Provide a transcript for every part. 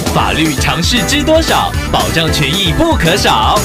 法律常识知多少，保障权益不可少。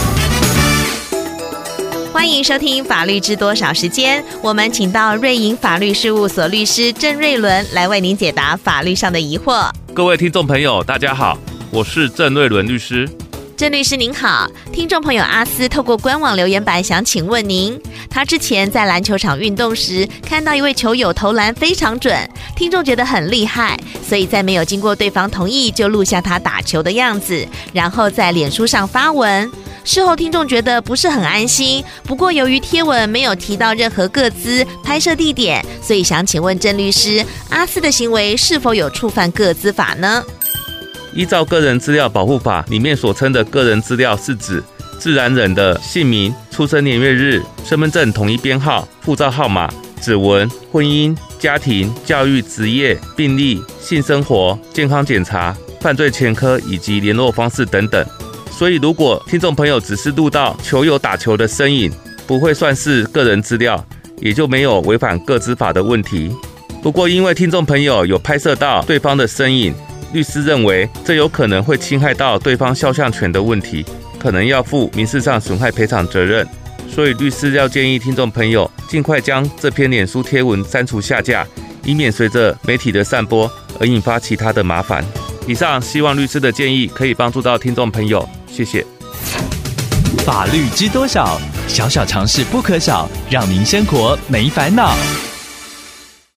欢迎收听法律知多少时间，我们请到瑞银法律事务所律师郑瑞伦来为您解答法律上的疑惑。 各位听众朋友大家好，我是郑瑞伦律师。 郑律师您好，听众朋友阿斯透过官网留言板想请问您，他之前在篮球场运动时看到一位球友投篮非常准，听众觉得很厉害，所以在没有经过对方同意就录下他打球的样子，然后在脸书上发文。事后听众觉得不是很安心，不过由于贴文没有提到任何个资、拍摄地点，所以想请问郑律师，阿斯的行为是否有触犯个资法呢？ 依照个人资料保护法里面所称的个人资料，是指自然人的姓名、出生年月日、身份证统一编号、护照号码、指纹、婚姻、家庭、教育、职业、病历、性生活、健康检查、犯罪前科以及联络方式等等。所以如果听众朋友只是录到球友打球的身影，不会算是个人资料，也就没有违反个资法的问题。不过因为听众朋友有拍摄到对方的身影，律师认为这有可能会侵害到对方肖像权的问题，可能要负民事上损害赔偿责任，所以律师要建议听众朋友尽快将这篇脸书贴文删除下架，以免随着媒体的散播而引发其他的麻烦。以上希望律师的建议可以帮助到听众朋友，谢谢。 法律知多少？小小常识不可少，让您生活没烦恼。